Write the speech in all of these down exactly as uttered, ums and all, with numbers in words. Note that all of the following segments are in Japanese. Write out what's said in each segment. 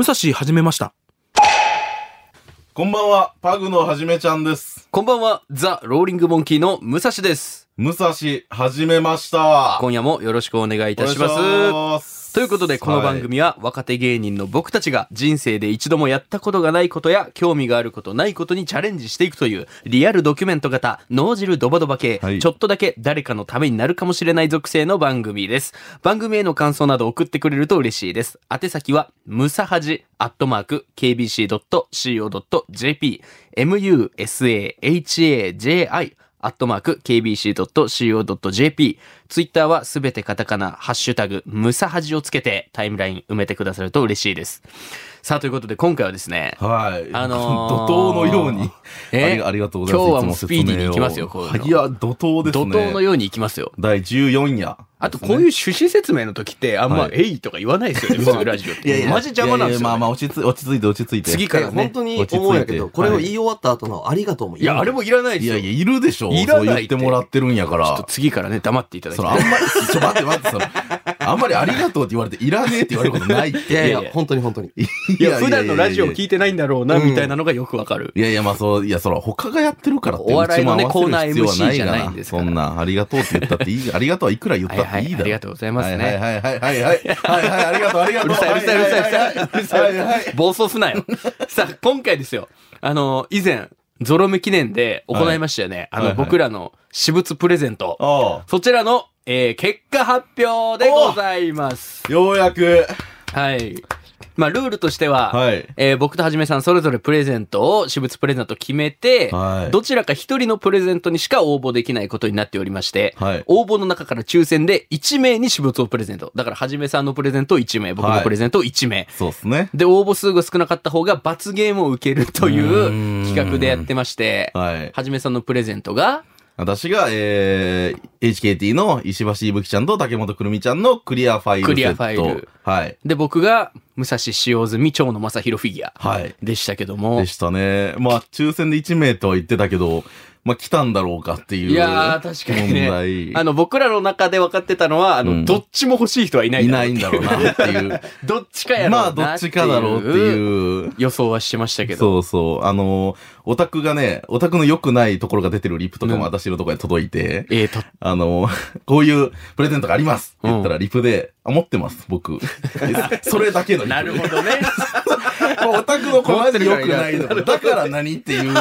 武蔵はじめました。 こんばんは、パグのはじめちゃんです。 こんばんは、ザ・ローリングモンキーの武蔵です。 武蔵はじめました。 今夜もよろしくお願いいたします。 お願いします。 ということで、この番組は若手芸人の僕たちが人生で一度もやったことがないことや興味があることないことにチャレンジしていくというリアルドキュメント型脳汁ドバドバ系、はい、ちょっとだけ誰かのためになるかもしれない属性の番組です。番組への感想など送ってくれると嬉しいです。宛先はムサハジアットマーク ケービーシードットシーオードットジェーピー ムサハジアットマーク ケービーシードットシーオードットジェーピー ツイッターはすべてカタカナハッシュタグムサハジをつけてタイムライン埋めてくださると嬉しいです。さあということで今回はですね、 はいあのー、 怒涛のようにえありがとうございます。 今日はもうスピーディーに行きますよ。こういうのいや怒涛ですね。 怒涛のように行きますよ。 だいじゅうよん夜。 あとこういう趣旨説明の時ってあんま、はい、えいとか言わないですよね、普通ラジオって。いやいやマジ邪魔なんですよ、ね。 いやいやまあまあ落ち着、落ち着いて落ち着いて。 次からね。 本当に思うんやけど、これを言い終わった後のありがとうもいや、あれもいらないですよ。 いやいや、いるでしょ。 いらない。 そう言ってもらってるんやから。 ちょっと次からね、黙っていただきたい。 そのあんまり、ちょ、待って待って、その、あんまりありがとうって言われて、いらねえって言われることないって。 いやいや、本当に本当に。 いや、普段のラジオ聞いてないんだろうな、みたいなのがよくわかる。 いやいや、まあそう、いや、そら、他がやってるからって、 お笑いのね、コーナー エムシー じゃないんですから。 そんな、ありがとうって言ったっていい、ありがとうはいくら言ったっていいだろ。 ありがとうございますね。 はいはいはいはいはいはいはいはい、ありがとうありがとう。 うるさいうるさいうるさいうるさいうるさい。はいはい。暴走すなよ。さあ、今回ですよ。あの、以前、ゾロ目記念で行いましたよね。あの、僕らの私物プレゼント。そちらの、えー、結果発表でございます。 ようやく。 はい。まあ、ルールとしては、 はい、 えー、僕とはじめさんそれぞれプレゼントを、私物プレゼントを決めて、はい、どちらか一人のプレゼントにしか応募できないことになっておりまして、はい、応募の中から抽選でいち名に私物をプレゼント。だから、はじめさんのプレゼントいち名、僕のプレゼントいち名。はい、 そうですね。 で、応募数が少なかった方が罰ゲームを受けるという企画でやってまして、はい、はじめさんのプレゼントが、 私が、えー、エイチケーティー の石橋いぶきちゃんと竹本くるみちゃんのクリアファイルセット。 クリアファイル。 はい。 で、僕が、武蔵使用済み蝶野正宏フィギュア。はい。でしたけども。 でしたね。まあ、抽選でいち名とは言ってたけど、まあ、来たんだろうかっていう。 いやー、確かにね。 問題。 あの、僕らの中で分かってたのは、あの、うん、どっちも欲しい人はいないんだろう。いないんだろうなっていう。 どっちかやろうな。 まあ、どっちかだろうっていう予想はしてましたけど。 そうそう。あの、オタクがね、オタクの良くないところが出てるリプとかも私のところに届いて、 うん、えーと、 あの、こういうプレゼントがありますって言ったらリプで、うん、あ、持ってます、僕。それだけのリプ。 なるほどね。 オタクの子マジ良くないの。だから何っていう。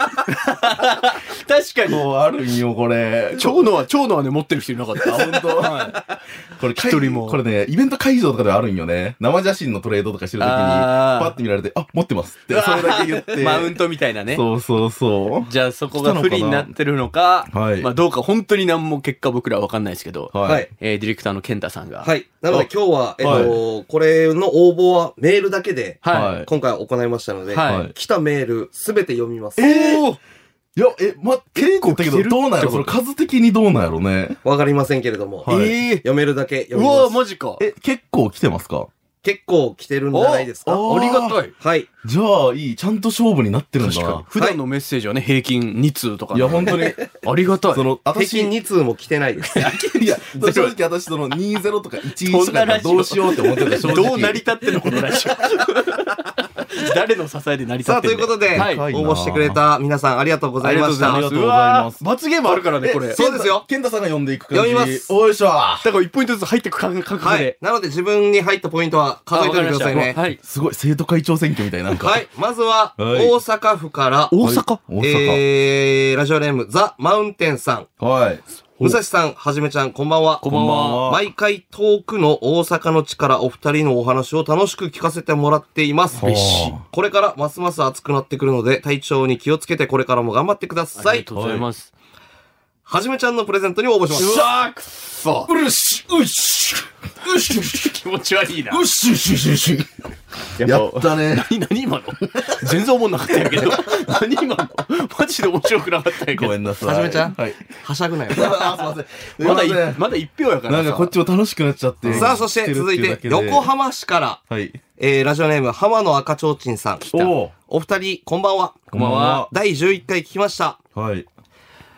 確かに。 もうあるんよ、これ。 蝶野は、蝶野はね、持ってる人いなかった。 本当。はい。これ、一人も。これね、イベント会場とかであるんよね。生写真のトレードとかしてるときに、パッて見られて、あ、持ってますって、それだけ言って。 マウントみたいなね。 そうそうそう。 じゃあそこが不利になってるのか、はい。まあどうか本当に何も結果僕らは分かんないですけど、はい。えー、ディレクターの健太さんが。 はい。なので今日は、えっと、これの応募はメールだけで、はい。今回行いましたので、はい。来たメールすべて読みます。 えーいや、え、ま、結構だけど、どうなんやろその数的にどうなんやろね。 わかりませんけれども。 はい、えー、 読めるだけ読みます。 うわマジか。 え、結構来てますか？ 結構来てるんじゃないですか？ ありがたい。 はい。 じゃあ、いい。ちゃんと勝負になってるんだ。 確かに。普段のメッセージはね、平均に通とか、 ね。いや、本当に。 ありがたい。 その、平均に通も来てないです。 いや、正直私そのにじゅうとかいちいちとかどうしようって思ってた。正直どう成り立ってんのこのラジオ。誰の支えで成り立ってんの？ さあ、ということで、はい、応募してくれた皆さんありがとうございました。 ありがとうございます。 罰ゲームあるからね、これ。 そうですよ。 健太さんが読んでいく感じ。 読みます。 おいしょ。だからいちポイントずつ入っていく感覚で。はい。 なので自分に入ったポイントは数えておいてくださいね。 はい。 すごい、生徒会長選挙みたいなんか。 はい。まずは、大阪府から、 大阪大阪。えー、ラジオネーム、ザ・マウンテンさん。 はい。 武蔵さん、はじめちゃん、こんばんは。 こんばんは。 毎回遠くの大阪の地からお二人のお話を楽しく聞かせてもらっています。 嬉しい。 これからますます暑くなってくるので、体調に気をつけてこれからも頑張ってください。 ありがとうございます。 はじめちゃんのプレゼントに応募します。 うわーくっそうるし、うっし、うっし、 気持ち悪いな。 うっし、うっし、うっし、うっし。やったね。 何、何今の全然思んなかったんやけど。何今のマジで面白くなかったんやけど。 ごめんなさい。 はじめちゃんはい。 はしゃぐなよ。 あ、すいません。 まだい、まだ一票やからなんかこっちも楽しくなっちゃって。 さあ、そして続いて、横浜市から、はい。えー、ラジオネーム、浜野赤ちょうちんさん。 来た。 お二人、こんばんは。 こんばんは。 だいじゅういっかい聞きました。 はい。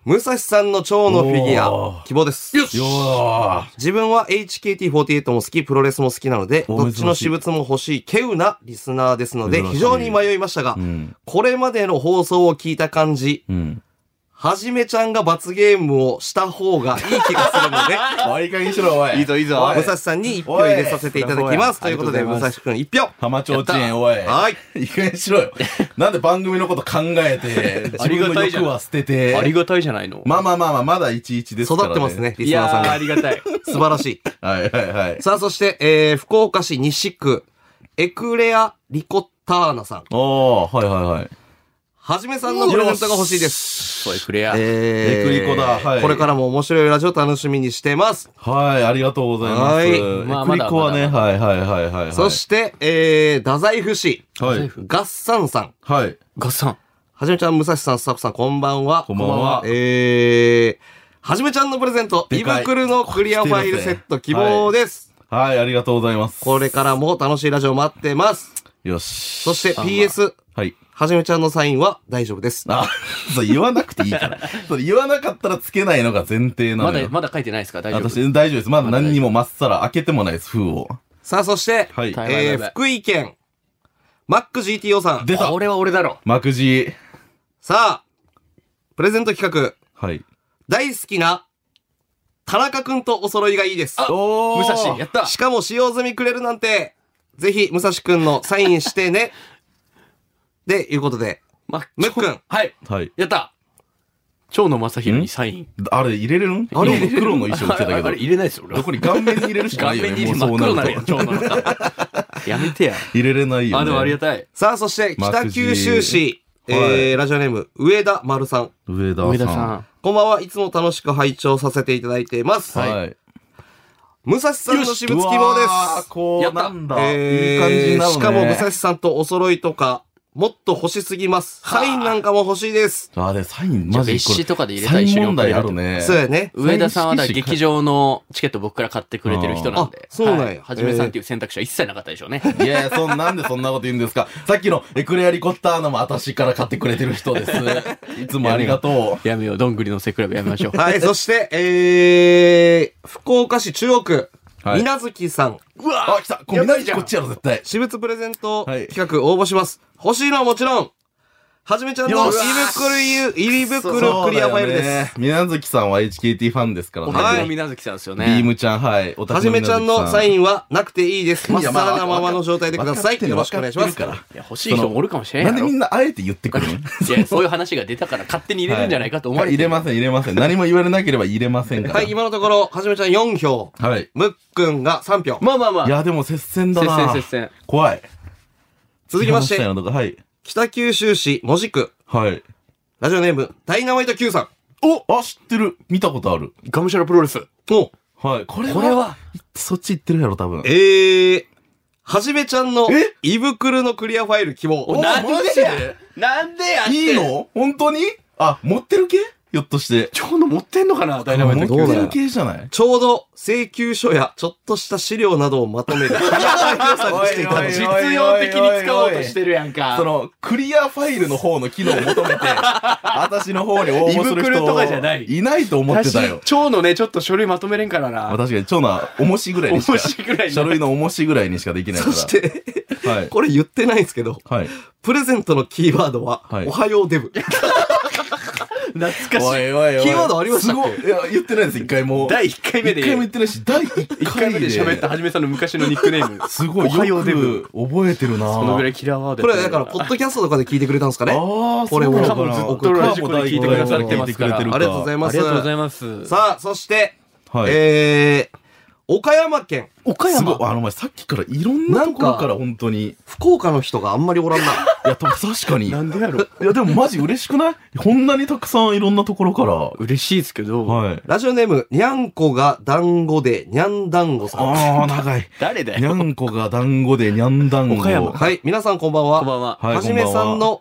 武蔵さんの蝶のフィギュア、希望です。 よしよー自分は エイチケーティーフォーティーエイト も好き、プロレスも好きなので、どっちの私物も欲しい、稀有なリスナーですので、非常に迷いましたが、うん、これまでの放送を聞いた感じ、うんはじめちゃんが罰ゲームをした方がいい気がするので、 おい、いい加減にしろ、おい。 いいぞ、いいぞ。武蔵さんに一票入れさせていただきます。ということで、武蔵くん一票。 浜町遅延、おい。 はい。 いい加減にしろよ。なんで番組のこと考えて、自分の欲は捨てて。 ありがたいじゃないの。 まあまあまあまあ、まだいちいちですからね。 育ってますね、リスナーさんが。 ありがたい。 素晴らしい。 はいはいはい。 さあ、そして、えー、福岡市西区、エクレア・リコッターナさん。 おー、はいはいはい。 はじめさんのプレゼントが欲しいです。 そう、エクレア。 えー、エクリコだ。はい。 これからも面白いラジオ楽しみにしてます。 はい、ありがとうございます。はい。エクリコはね、はいはいはいはい。 そして、えー、太宰府市。 はい。 ガッサンさん。 はい。 ガッサン。 はじめちゃん、武蔵さん、スタッフさん、こんばんは。 こんばんは。 えー、はじめちゃんのプレゼント、胃袋のクリアファイルセット希望です。 はい、ありがとうございます。 これからも楽しいラジオ待ってます。 よし。 そして ピーエス。はい。はじめちゃんのサインは大丈夫です。 あ、そう言わなくていいから。そう言わなかったらつけないのが前提なのよ。 まだ、まだ書いてないですか大丈夫です。 私、大丈夫です。まだ何にもまっさら開けてもないです、封を。 さあ、そして、はい、えー、福井県、マック ジーティーオー さん。 出た。これは俺だろ。 マクジー。 さあ、プレゼント企画。 はい。 大好きな、田中くんとお揃いがいいです。 おー。武蔵、やった。 しかも使用済みくれるなんて、ぜひ、武蔵くんのサインしてね。で、いうことで。 ま、 むっくん。 はい。 はい。 やった蝶野正宏にサイン。 あれ入れれるんあれ黒の衣装着てたけど。 あれ入れないですよ、俺は。 どこに顔面に入れるしかないよね。 顔面に入れ真っ黒なるやん、蝶野の。やめてや。 入れれないよね。 あ、でもありがたい。 さあ、そして、北九州市、えー、ラジオネーム、上田丸さん。 上田さん。 上田さん。 こんばんは。いつも楽しく拝聴させていただいています。 はい。 武蔵さんの私物希望です。 ああ、こうなんだ。 えー、 いい感じになるね。 しかも武蔵さんとお揃いとか、もっと欲しすぎます。サインなんかも欲しいです。 ああ、で、サイン、マジで。 別紙とかで入れたい一緒に問題あるね。 そうやね。 上田さんはだ劇場のチケット僕から買ってくれてる人なんで。 そうなんや。 はじめさんっていう選択肢は一切なかったでしょうね。 いやいや、そんなんでそんなこと言うんですか。さっきのエクレアリコッターのも私から買ってくれてる人です。いつもありがとう。やめよう、どんぐりの背比べやめましょう。 はい、そして、えー、福岡市中央区。みなずきさん。 うわあ、来た。こみなずきこっちやろ、絶対。 私物プレゼント企画応募します。欲しいのはもちろん、はじめちゃんの胃袋ゆ、胃袋クリアファイルです。 みなずきさんは エイチケーティー ファンですからね。 はい。みなずきさんですよね。 ビームちゃん、はい。 はじめちゃんのサインはなくていいです。まっさらなままの状態でください。よろしくお願いします。 いや、欲しい人もおるかもしれない。 なんでみんなあえて言ってくるの？ いや、そういう話が出たから勝手に入れるんじゃないかと思われて。 入れません、入れません。何も言われなければ入れませんから。 はい、今のところ、はじめちゃんよん票。 はい。 むっくんがさん票。 まあまあまあ。 いや、でも接戦だな。 接戦、接戦。 怖い。 続きまして、 はい。 北九州市門司区。 はい。 ラジオネーム、ダイナマイト Q さん。 おあ、知ってる。見たことある。 がむしゃらプロレス。 おはい。これは、 これはそっち行ってるやろ、多分。 えー、はじめちゃんの胃袋のクリアファイル希望。 なんでやなんでやっていいの本当にあ、持ってる系ひょっとして。 ちょうど持ってんのかなダイナマイト Q 持ってる系じゃないちょうど請求書やちょっとした資料などをまとめる。 実用的に使おうとしてるやんか。 その、クリアファイルの方の機能を求めて、私の方に応募する人胃袋とかじゃない。 いないと思ってたよ。 蝶のね、ちょっと書類まとめれんからな。 確かに、蝶のは重しぐらいにしか。 重しぐらい書類の重しぐらいにしかできないから。 そして、 はい、 これ言ってないんですけど、 はい、 プレゼントのキーワードは、はい、おはようデブ。 懐かしい。 おいおいおい。 キーワードありましたっけ？いや、言ってないです、一回も。 だいいっかいめで。 一回も言ってないし、だいいっかいで。 一回目で喋ったはじめさんの昔のニックネーム。 すごい、おはようデブ。覚えてるなそのぐらいキラーワード。 これだから、ポッドキャストとかで聞いてくれたんですかねああ、 これをずっとラジコで聞いてくださってますから。ありがとうございます。 ありがとうございます。 さあ、そして、 はい、 えー、岡山県。 岡山すごい、あの前さっきからいろんなところから本当に。 福岡の人があんまりおらんな。 いや、確かに。 なんでやろいや、でもマジ嬉しくないこんなにたくさんいろんなところから。 嬉しいですけど。 はい。 ラジオネーム、にゃんこが団子で、にゃん団子さん。 ああ、長い。 誰だよ。 にゃんこが団子で、にゃん団子。 岡山。 はい、皆さんこんばんは。 こんばんは。 はじめさんの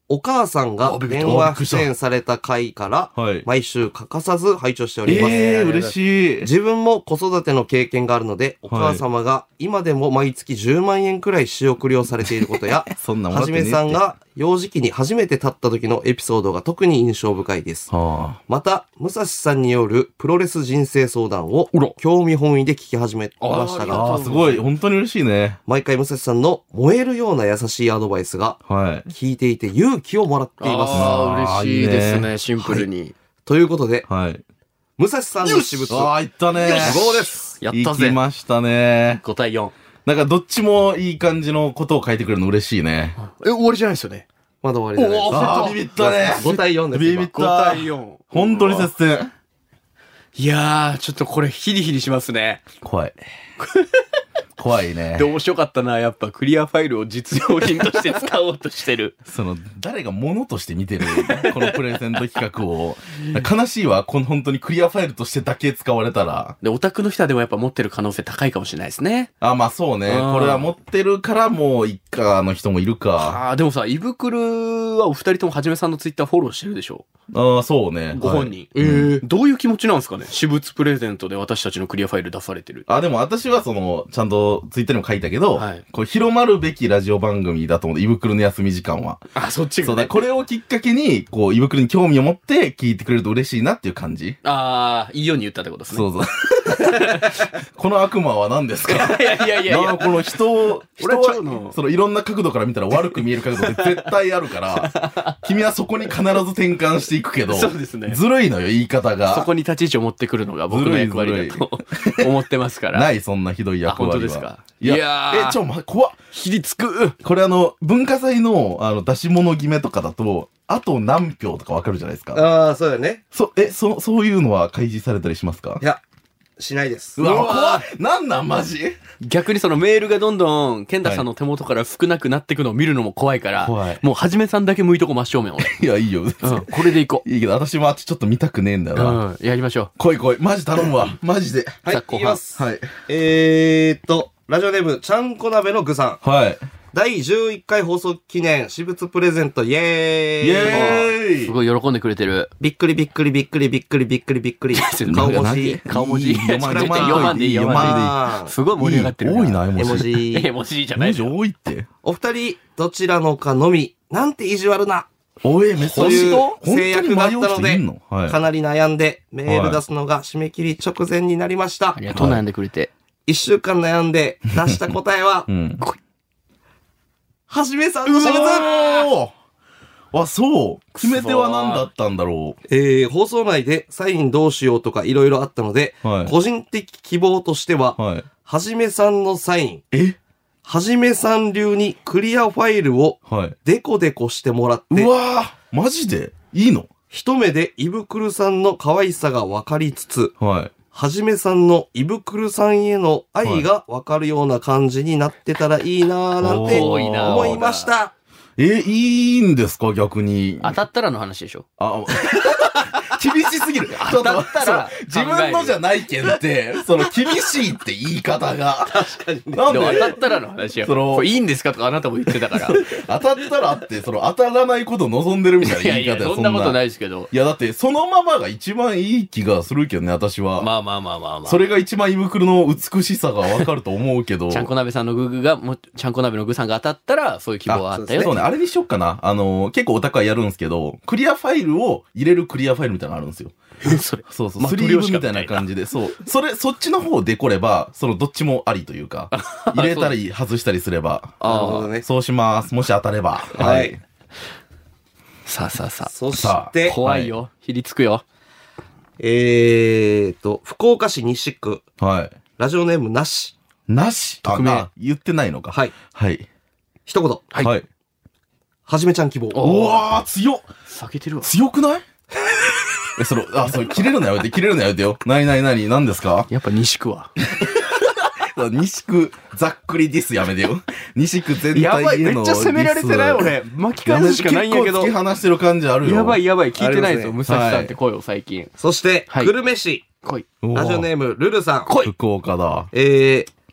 お母さんが電話出演された回から毎週欠かさず拝聴しております。 えー、嬉しい。 自分も子育ての経験があるので、お母様が今でも毎月じゅうまんえんくらい仕送りをされていることや、 そんなはじめさんが幼児期に初めて立った時のエピソードが特に印象深いです。はあ、また、武蔵さんによるプロレス人生相談を興味本位で聞き始めましたが、 ああ、すごい、本当に嬉しいね。 毎回武蔵さんの燃えるような優しいアドバイスが、聞いていて勇気をもらっています。 ああ、嬉しいですね、シンプルに。はい、 ということで、はい、武蔵さんの私物。 ああ、いったね。 ごです。 やったぜ。 いきましたね。 ごたいよん。 なんかどっちもいい感じのことを書いてくれるの嬉しいね。 え、終わりじゃないですよね。 まだ終わりじゃないです。 ああ、ビビったね。 ごたいよんです。 ビビった。ごたいよん。 本当に接戦。 いやー、ちょっとこれヒリヒリしますね。 怖い。怖いね。 で、面白かったな。やっぱクリアファイルを実用品として使おうとしてる。 その、誰が物として見てる、このプレゼント企画を。悲しいわ。この本当にクリアファイルとしてだけ使われたら。 で、オタクの人はでもやっぱ持ってる可能性高いかもしれないですね。 あ、まあそうね。これは持ってるからもう一家の人もいるか。 ああ、でもさ、胃袋はお二人ともはじめさんのツイッターフォローしてるでしょ。 ああ、そうね。 ご本人。はい、ええー、どういう気持ちなんですかね。私物プレゼントで私たちのクリアファイル出されてる。 あ、でも私はその、ちゃんとツイッターにも書いたけど、はい、こう広まるべきラジオ番組だと思う。胃袋の休み時間は。 あ、そっちが、ね。 そうだ、これをきっかけに、こう、胃袋に興味を持って聞いてくれると嬉しいなっていう感じ。 ああ、いいように言ったってことですね。 そうそう。この悪魔は何ですか？ いやいやいやいや。 この人を、人は、そのいろんな角度から見たら悪く見える角度って絶対あるから、君はそこに必ず転換していくけど、 そうですね。 ずるいのよ、言い方が。 そこに立ち位置を持ってくるのが僕の役割だと思ってますから。 ない、そんなひどい役割は。 本当ですか？ いや、いやーえ、ちょ、ま、怖っ。 ひりつく。 これあの、文化祭の、あの、出し物決めとかだと、あと何票とかわかるじゃないですか。 ああ、そうだよね。 そ、え、そ、そういうのは開示されたりしますか？ いや、しないです。 うわ、怖い。なんなんマジ？ 逆にそのメールがどんどん、健太さんの手元から少なくなっていくのを見るのも怖いから、はい、もうはじめさんだけ向いとこ真正面を。 いや、いいよ。うん、 これでいこう。いいけど、私もあっちちょっと見たくねえんだよな。 うん、やりましょう。 来い来い。マジ頼むわ。マジで。 はい、 さあ、後半。はい。えーっと、ラジオネーム、ちゃんこ鍋の具さん。はい。 だいじゅういっかい放送記念、私物プレゼント、イェーイイェーイすごい喜んでくれてる。 びっくりびっくりびっくりびっくりびっくりびっくり。顔文字。 顔文字。 読まんでいい、読まんでいい。 すごい盛り上がってる。 多いな、絵文字。 絵文字じゃない。 絵文字多いって。 お二人、どちらのかのみ、なんて意地悪な。 おい、めっちゃ制約があったので、かなり悩んで、メール出すのが締め切り直前になりました。 ありがとう、悩んでくれて。 一週間悩んで、出した答えは、はじめさんの私物。 あ、そう。決め手は何だったんだろう。 えー、放送内でサインどうしようとかいろいろあったので、はい、個人的希望としては、はい、はじめさんのサイン。 えはじめさん流にクリアファイルを、デコデコしてもらって。 うわーマジでいいの？ 一目でイブクルさんの可愛さが分かりつつ、はい。はじめさんのイブクルさんへの愛が分かるような感じになってたらいいなーなんて思いました。 え、いいんですか逆に。 当たったらの話でしょ。 あ、厳しすぎる。 当たったら。 自分のじゃないけんって、その厳しいって言い方が。 確かにね。 なんで当たったらの話や。その、これいいんですかとかあなたも言ってたから。 当たったらって、その当たらないことを望んでるみたいな言い方や。 いやいや、そんなことないですけど。 いや、だってそのままが一番いい気がするけどね、私は。 まあまあまあまあまあ。 それが一番胃袋の美しさがわかると思うけど。 ちゃんこ鍋さんのグーグが、もちゃんこ鍋のグーさんが当たったら、そういう希望があったよ。 そうね、あれにしよっかな。あの、結構お高いやるんですけど、クリアファイルを入れるクリアファイルみたいなのあるんですよ。 それ。 そうそう、スリーブみたいな感じで、そう。それ、そっちの方でこれば、そのどっちもありというか、入れたり外したりすれば。 なるほどね。 そうします。もし当たれば。はい。 さあさあさあ。 そして、 怖いよ。ひりつくよ。 えーと、福岡市西区。 はい。 ラジオネームなし。 なし匿名。 言ってないのか。 はい。 はい。 一言。 はい。 はじめちゃん希望。 うわー、強っ避けてるわ。 強くないえ、その、あ、そう、切れるのやめて、切れるのやめてよ。なになになに何ですか？ やっぱ西区は。 西区、ざっくりディスやめてよ。西区全体へのやばい、めっちゃ責められてない俺。巻き返すしかないんやけど。 結構突き放してる感じあるよ。 やばいやばい、聞いてないですよ。武蔵さんって声を最近。 そして、久留米市。 来い。 ラジオネーム、ルルさん。 来い。 福岡だ。 えー、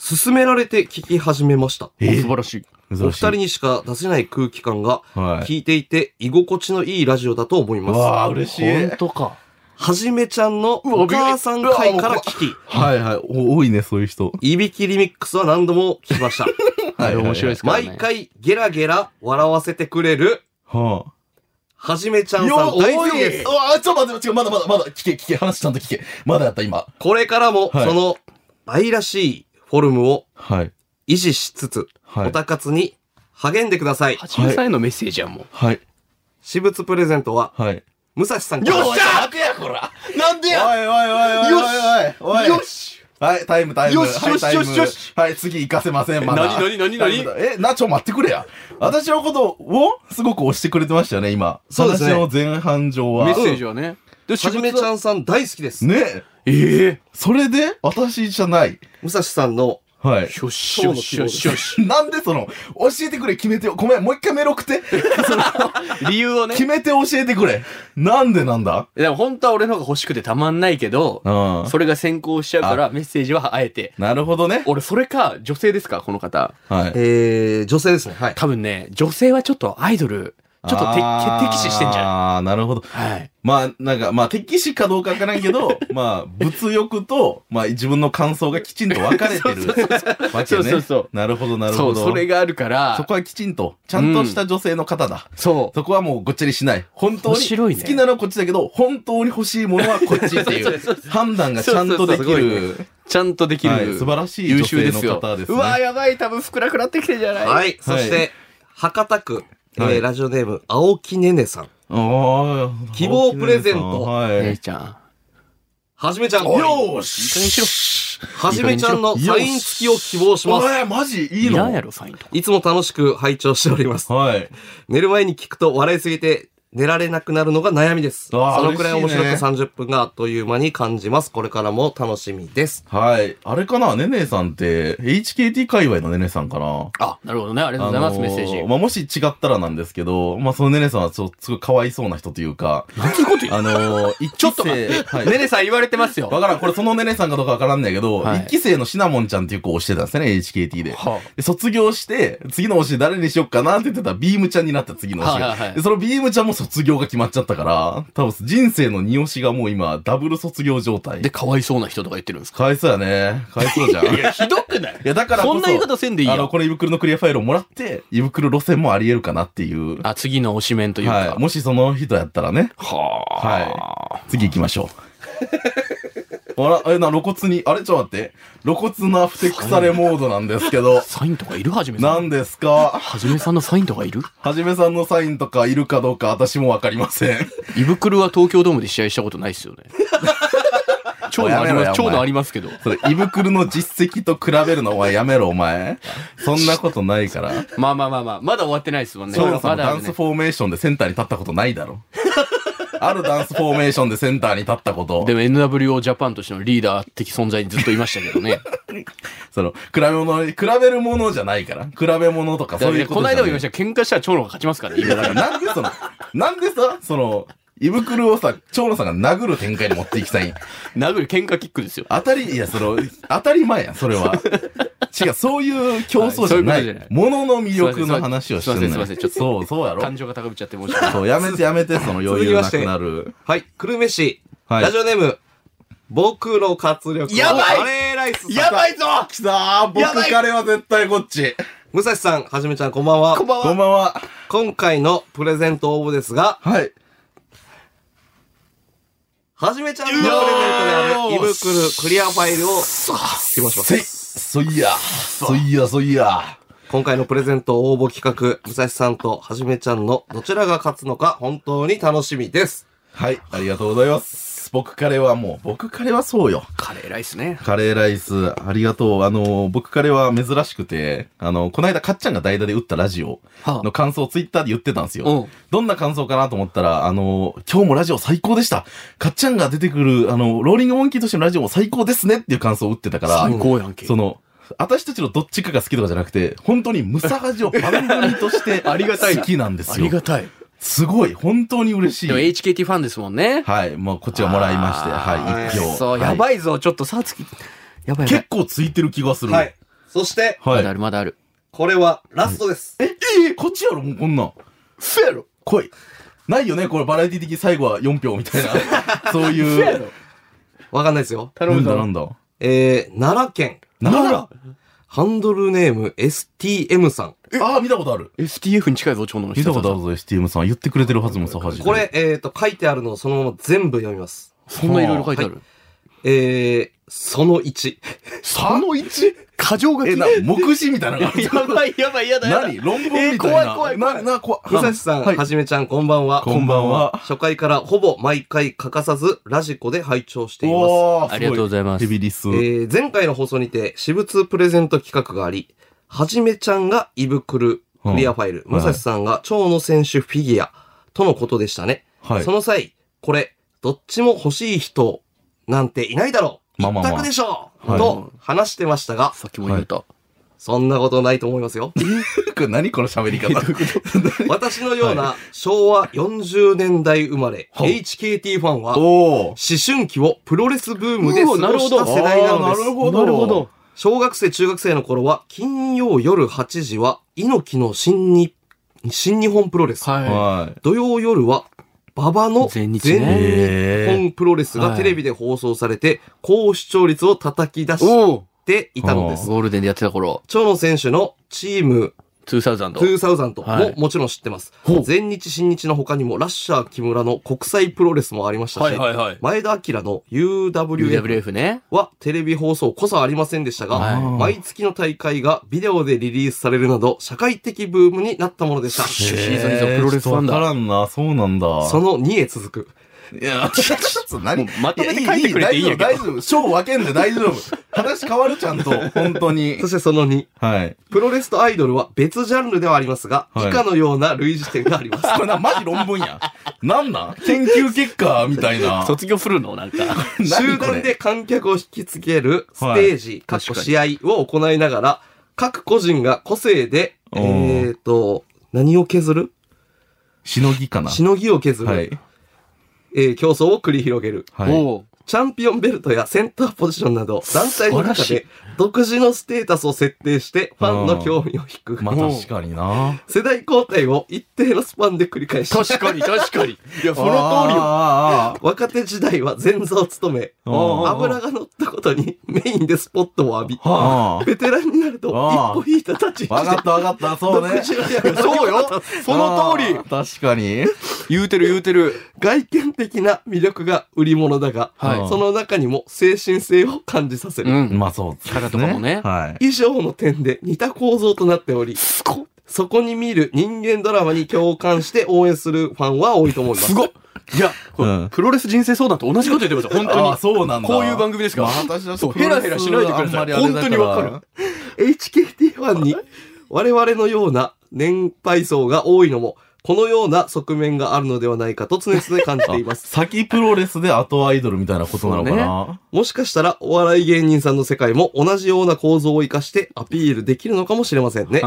勧められて聞き始めました。 えー、素晴らしい。 お二人にしか出せない空気感が、聞いていて居心地のいいラジオだと思います。 わあ、嬉しい。 本当か。 はじめちゃんのお母さん会から聞き。 はいはい。多いね、そういう人。 いびきリミックスは何度も聞きました。 はい、面白いですからね。 毎回ゲラゲラ笑わせてくれる。はあ。はじめちゃんさん大好きです。 あ、ちょっと待って、違う、まだまだまだ、聞け、聞け、話ちゃんと聞け。まだやった、今。 これからも、その、愛らしいフォルムを、維持しつつ、おたかつに励んでください。 はじめさんへのメッセージやんもん。 はい。 私物プレゼントは、はい。武蔵さんから。 よっしゃ待てや、こらなんでやおいおいおいおいおいおいよしはい、タイムタイム。 よしよしよしよしはい、次行かせません、まだ。 なになになになにえ、な、ちょ、待ってくれや。私のことをすごく押してくれてましたよね、今。 そうですね。 話の前半上は。 メッセージはね。 はじめちゃんさん大好きです。 ねえ。ええ。 それで私じゃない。 武蔵さんの、 はい。 よしよしよしよし。 なんでその、教えてくれ、決めてよ。ごめん、もう一回メール送って。その理由をね。 決めて教えてくれ。なんでなんだでも本当は俺の方が欲しくてたまんないけど、うん、それが先行しちゃうからメッセージはあえて。 なるほどね。 俺、それか、女性ですかこの方。 はい。えー、女性ですね。はい。 多分ね、女性はちょっとアイドル、ちょっとて敵視してんじゃないああ、なるほど。 はい。 まあ、なんか、まあ、敵視かどうかわからんけど、まあ、物欲と、まあ、自分の感想がきちんと分かれてるわけね。 そうそうそう。 なるほど、なるほど。 そう、それがあるから。 そこはきちんと、ちゃんとした女性の方だ。 うん、そう。 そこはもうごっちゃりしない。本当に、好きなのはこっちだけど、本当に欲しいものはこっちっていう、判断がちゃんとできる。 ちゃんとできる、はい。 素晴らしい女性の方ですね。 うわー、やばい。多分、ふくらくらってきてんじゃない？ はい。そして、博多区。はい、えー、ラジオネーム、青木ねねさん。 あ希望プレゼント。 はい。 ねちゃん。 はじめちゃん。 よーし。 いい加減しろ。はじめちゃんのサイン付きを希望します。 えー、マジいいの？ いらんやろ、サインとか。 いつも楽しく拝聴しております。 はい。 寝る前に聞くと笑いすぎて、寝られなくなるのが悩みです。そのくらい面白くさんじゅっぷんがあっという間に感じます。これからも楽しみです。 はい。あれかなねねさんって、エイチケーティー 界隈のねねさんかなあ、なるほどね。ありがとうございます、あのー、メッセージ。 まあ、もし違ったらなんですけど、まあ、そのねねさんはちょっとすごいかわいそうな人というか。 何ていうこと言うあのー、一期生。 ちょっと待って。はい、ねねさん言われてますよ。 わからん。これそのねねさんかどうかわからんないけど、はい、一期生のシナモンちゃんっていう子をしてたんですよね、エイチケーティー で。はあ、で卒業して、次の推し誰にしよっかなって言ってたら、ビームちゃんになった次の推しが。はいはいはい、でそのビームちゃんも卒業が決まっちゃったから、多分人生の二推しがもう今、ダブル卒業状態。 で、かわいそうな人とか言ってるんですか？ かわいそうやね。かわいそうじゃん。 いや、ひどくない？ いや、だからこそ、 そんな言い方せんでいいやん。 あの、この胃袋のクリアファイルをもらって、胃袋路線もあり得るかなっていう。 あ、次の推しメンというか。 はい。もしその人やったらね。 はあ。 はい。次行きましょう。あら、え、な、露骨に、あれちょっと待って。露骨なふてくされモードなんですけど。 サインとかいるはじめさん。 何ですか？ はじめさんのサインとかいる？ はじめさんのサインとかいるかどうか私もわかりません。 胃袋は東京ドームで試合したことないっすよね。超のあります、超のありますけど。 それ、胃袋の実績と比べるのはやめろ、お前。そんなことないから。 まあまあまあまあ、まだ終わってないっすもんね。 そう、まだダンスフォーメーションでセンターに立ったことないだろ。あるダンスフォーメーションでセンターに立ったこと。 でも エヌダブリューオー ジャパンとしてのリーダー的存在にずっといましたけどね。 その、比べ物、比べるものじゃないから。比べ物とかそういうことじゃない。 この間も言いました喧嘩したら長野が勝ちますからね。 いや、だからなんでその、なんでさ、その、胃袋をさ、長野さんが殴る展開に持っていきたいん。 殴る喧嘩キックですよ。 当たり、いや、その、当たり前やん、それは。違う、そういう競争じゃない。はい、ものの魅力の話をしてるのよ。 すいません、すいません、ちょっと。 そう、そうやろ。 感情が高ぶっちゃって申し訳ない。 そう、やめてやめて、その余裕なくなる。 はい、久留米市。はい、ラジオネーム、僕の活力。 やばいカレーライス。 やばいぞ来たー僕カレーは絶対こっち。 武蔵さん、はじめちゃん、こんばんは。 こんばんは。 こんばんは。 今回のプレゼント応募ですが、 はい。 はじめちゃんのプレゼントである、胃袋クリアファイルを、希望します。 そいや、そいや、そいや。 今回のプレゼント応募企画、武蔵さんとはじめちゃんのどちらが勝つのか本当に楽しみです。 はい、ありがとうございます。僕カレーはもう、僕カレーはそうよ。 カレーライスね。 カレーライス、ありがとう。あの、僕カレーは珍しくて、あの、この間かっちゃんが代打で打ったラジオの感想をツイッターで言ってたんですよ。はあ、どんな感想かなと思ったら、あの、今日もラジオ最高でした。かっちゃんが出てくる、あの、ローリングモンキーとしてのラジオも最高ですねっていう感想を打ってたから、 最高やんけ。 その、私たちのどっちかが好きとかじゃなくて、本当にムサハジを番組として好きなんですよ。 ありがたい。 すごい、本当に嬉しい。 でも エイチケーティー ファンですもんね。 はい、もうこっちはもらいまして、はい、一票。 そう、やばいぞ、ちょっとさつき。やばい。 結構ついてる気がする。はい。 そして、 まだあるまだある。 これはラストです。 え、えー、こっちやろ、もうこんなん。 フェロ来い。ないよね、これバラエティ的最後はよん票みたいな。そういう。 フェロわかんないですよ。 頼むぞ。なんだなんだ。 えー、奈良県。 奈良ハンドルネーム エスティーエム さん。 ああ、見たことある。 エスティーエフ に近いぞ、ちょうどの人。 見たことあるぞ、エスティーエム さん。言ってくれてるはずもさ、はじこれ、えっと、書いてあるのをそのまま全部読みます。 そんないろいろ書いてある。 えー、そのいち。 その いち? 過剰書き。 え、な、目次みたいなのがある。 やばいやばいやだやだ。 何論文みたいな。えー、 怖い怖い怖い。 な、な、怖い。 武蔵さん、はい、はじめちゃん、こんばんは。 こんばんは。 初回からほぼ毎回欠かさず、ラジコで拝聴しています。 ありがとうございます。 ヘビリス。えー、前回の放送にて、私物プレゼント企画があり、はじめちゃんが胃袋、クリアファイル、武蔵さんが蝶野選手フィギュア、とのことでしたね。はい。その際、これ、どっちも欲しい人、なんていないだろう。一択でしょう、まあまあまあ、と話してましたが、 さっきも言った。 そんなことないと思いますよ。 これ何この喋り方。 私のような昭和よんじゅうねんだい生まれ、はい、エイチケーティー ファンは、思春期をプロレスブームで過ごした世代なのです。 なるほど。なるほど。 小学生、中学生の頃は、金曜夜はちじは、猪木の新日、新日本プロレス。はい、土曜夜は、馬場の全日本プロレスがテレビで放送されて、高視聴率を叩き出していたのです。 ゴールデンでやってた頃。 蝶野選手のチーム、 にせん。にせんももちろん知ってます。はい、全日新日の他にもラッシャー木村の国際プロレスもありましたし、はいはいはい、前田明の ユーダブリューエフね、 はテレビ放送こそありませんでしたが、はい、毎月の大会がビデオでリリースされるなど社会的ブームになったものでした。 シーズンズプロレスファンだ。 わからんな、そうなんだ。 そのにへ続く。 いや、ちょっと何まとめて書いてくれていいんやけど。 大丈夫。章分けんで大丈夫。話変わるちゃんと、本当に。 そしてそのに。 はい。 プロレスとアイドルは別ジャンルではありますが、はい、以下のような類似点があります。 これな、マジ論文や。なんなん研究結果みたいな。 卒業するのなんか。 集団で観客を引きつけるステージ、かっこ試合を行いながら、各個人が個性で、えっと、何を削るしのぎかな。 しのぎを削る。はい。えー、競争を繰り広げる。はい。チャンピオンベルトやセンターポジションなど、団体の中で独自のステータスを設定してファンの興味を引く。 まあ確かにな。 世代交代を一定のスパンで繰り返し。 確かに確かに。いや、その通りよ。 若手時代は前座を務め、油が乗ったことにメインでスポットを浴び、ベテランになると一歩引いた立ち。 わかったわかった、そうね。 そうよ。その通り。 確かに。 言うてる言うてる。 外見的な魅力が売り物だが、はい、その中にも精神性を感じさせる。 うん、まあそうキャラとかもね。 はい。以上の点で似た構造となっており、そこに見る人間ドラマに共感して応援するファンは多いと思います。 すごっいや、うん、プロレス人生相談と同じこと言ってますよ、本当に。 あ、そうなんだ。 こういう番組ですから。まあ、 私はそう、ヘラヘラしないでください。本当にわかる。 エイチケーティー ファンに我々のような年配層が多いのも、このような側面があるのではないかと常々感じています。 先プロレスで後アイドルみたいなことなのかな、ね、 もしかしたらお笑い芸人さんの世界も同じような構造を生かしてアピールできるのかもしれませんね。うん、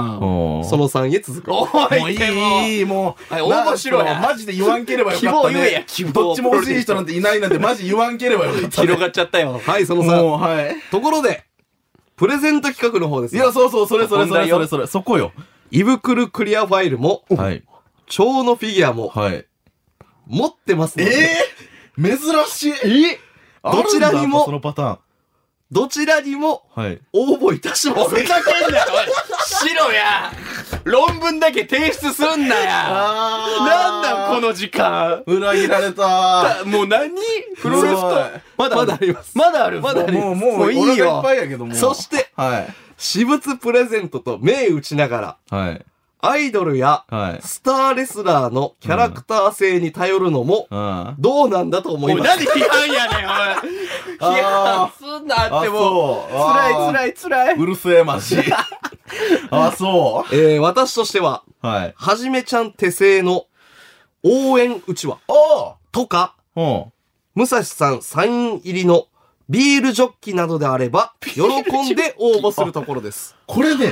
そのさんへ続く。 おい、もういい、もう。はい、面白い。 マジで言わんければよかったね。希望言えや、希望。どっちも欲しい人なんていないなんてマジ言わんければよかった、ね。 広がっちゃったよ。 はい、そのさん。はい。ところで、プレゼント企画の方です。 いや、そうそう、それそれそれそれそれ、そこよ。 胃袋クリアファイルも、 はい。 蝶のフィギュアも、はい。持ってますね。 えー、珍しい。えどちらにも、 そのパターン。 どちらにも、はい。応募いたします。 ふざけんなよ、おい。白や。論文だけ提出すんなや。なんだこの時間。 裏切られた。 もう何プロレスと。 まだ、まだあります。 まだある。 まだあります。 もう、もう、もういいよ。いっぱいやけども。 そして、はい。私物プレゼントと銘打ちながら、はい。アイドルやスターレスラーのキャラクター性に頼るのもどうなんだと思います。 なんで批判やねん、おい。批判すんなってもう。辛い辛い辛い。 うるせえまし。あ、そう。 えー、私としては、はい。はじめちゃん手製の応援うちわとか、武蔵さんサイン入りのビールジョッキなどであれば、喜んで応募するところです。 これね、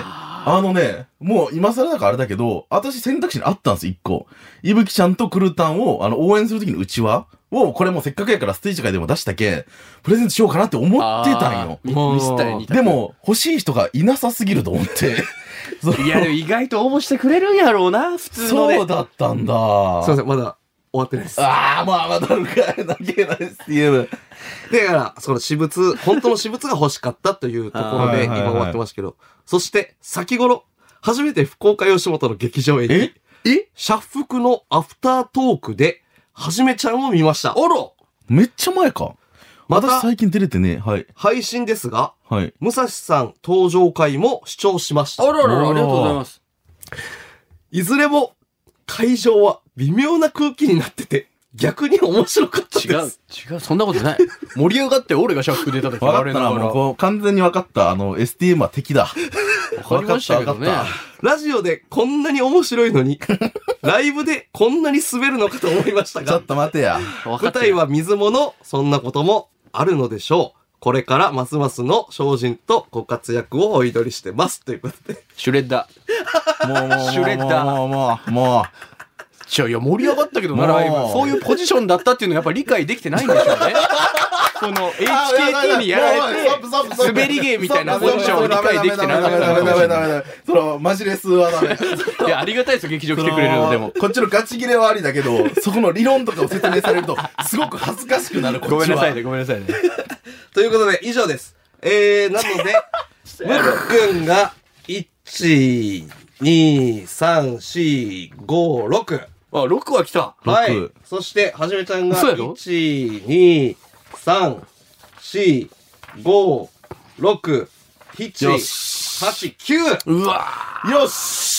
あのね、もう今更だからあれだけど、私選択肢にあったんですよ、一個。いぶきちゃんとクルタンを、あの、応援するときのうちわを、これもうせっかくやからステージ会でも出したけ、プレゼントしようかなって思ってたんよ。 ミスターに。 でも、欲しい人がいなさすぎると思って。 いや、でも意外と応募してくれるんやろうな、普通ので。 そうだったんだ。 すいません、まだ終わってないです。 ああ、まあ、まだあるかい。だけない エスティーエム。 だから、その私物、本当の私物が欲しかったというところで、今終わってましたけど、そして、先頃、初めて福岡吉本の劇場へ行き、ええ社服のアフタートークで、はじめちゃんを見ました。 あらめっちゃ前か。また最近出れてね、はい。 配信ですが、 はい。 武蔵さん登場回も視聴しました。 あららら、ありがとうございます。 いずれも、会場は微妙な空気になってて、逆に面白かったです。 違う、違う、そんなことない。盛り上がって俺がシャッフ出た時分かったな、もうこう完全に分かった。あの、エスティーエム は敵だ。 分かりましたけどね。 ラジオでこんなに面白いのに、ライブでこんなに滑るのかと思いましたが。 ちょっと待てや。 舞台は水物、そんなこともあるのでしょう。これからますますの精進とご活躍をお祈りしてます。ということで。 シュレッダー。 もう、もう、 シュレッダー。 もう、もう、もう。 いやいや、盛り上がったけどな、ライブ。そういうポジションだったっていうのはやっぱり理解できてないんでしょうね。その エイチケーティー にやられて、滑り芸みたいなポジションを理解できてなかったかもしれない。 その、マジレスはダメ。 いや、ありがたいですよ、劇場来てくれるのでも。 こっちのガチ切れはありだけど、そこの理論とかを説明されると、すごく恥ずかしくなる、こっちは。 ごめんなさいね、ごめんなさいね。 ということで、以上です。えー、なので、むっくんが、いち、に、さん、よん、ご、ろく。 あ、ろくは来た。 はい。そして、はじめちゃんが、いち、に、さん、よん、ご、ろく、なな、はち、きゅう。 うわよし !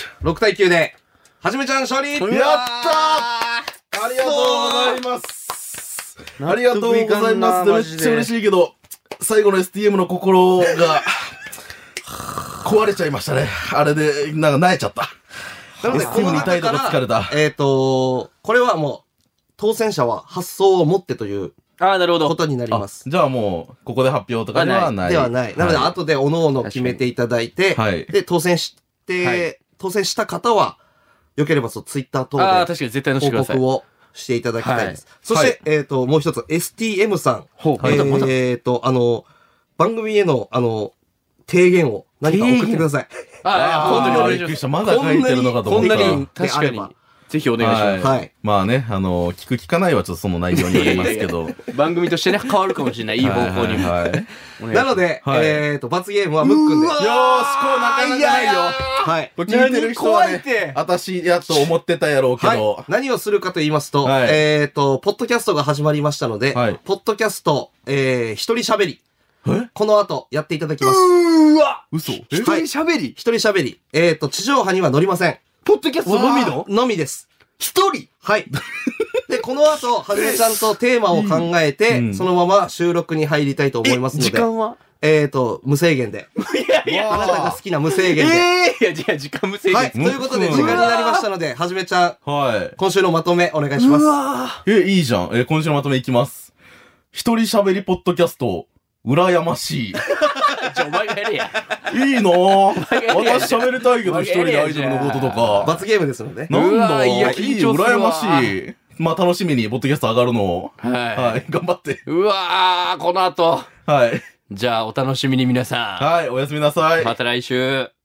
ろく 対きゅうで、はじめちゃん勝利。やったーありがとうございますありがとうございます。めっちゃ嬉しいけど、最後の エスティーエム の心が、壊れちゃいましたね。あれで、なんか、萎えちゃった。 なので、この中痛いとこ疲れた。 えっと、これはもう、当選者は発想を持ってというああ、なるほど。 ことになります。 じゃあもう、ここで発表とかではない。 ではない。なので、後で各々決めていただいて、 はい、 で、当選して、はい、当選した方は、よければそう、ツイッター等で、 ああ、確かに絶対のしてください。 報告をしていただきたいです。はい、そして、はい、えっと、もう一つ、エスティーエム さん。 ほう、 えー、っと、あの、番組への、あの、提言を何か送ってください。 ああ、本当にお願いします。 まだ書いてるのかと思った。 こんなに、確かに。ぜひお願いします。 はい。 まあね、あの、聞く聞かないはちょっとその内容になりますけど。 番組としてね、変わるかもしれない。いい方向にも。 なので、えっと、罰ゲームはムックンで。よーし、 こうなかなかないよ。 はい。 聞いてる人はね、私やと思ってたやろうけど。 何をするかと言いますと、えっと、ポッドキャストが始まりましたので、ポッドキャスト、えー、一人喋り。この後、やっていただきます。 うーわ嘘一人喋り一人喋り。えっと、地上波には乗りません。 ポッドキャストのみののみです。 一人はい。で、この後、はじめちゃんとテーマを考えて、うん、そのまま収録に入りたいと思いますので。 時間はえっと、無制限で。 いやいや、 あなたが好きな無制限で。 ええー、いや、じゃあ時間無制限。 はい。ということで、時間になりましたので、はじめちゃん。 はい。 今週のまとめ、お願いします。うわえ、いいじゃん。え、今週のまとめいきます。一人喋りポッドキャスト、羨ましい。 じゃあお前がやれや。 いいなぁ。私喋りたいけど一人でアイドルのこととか。 罰ゲームですので。 なんだいや、いい、羨ましい。まあ楽しみに、ポッドキャスト上がるのを。 はい。 はい。頑張って。 うわー、この後。 はい。 じゃあお楽しみに皆さん。 はい、おやすみなさい。 また来週。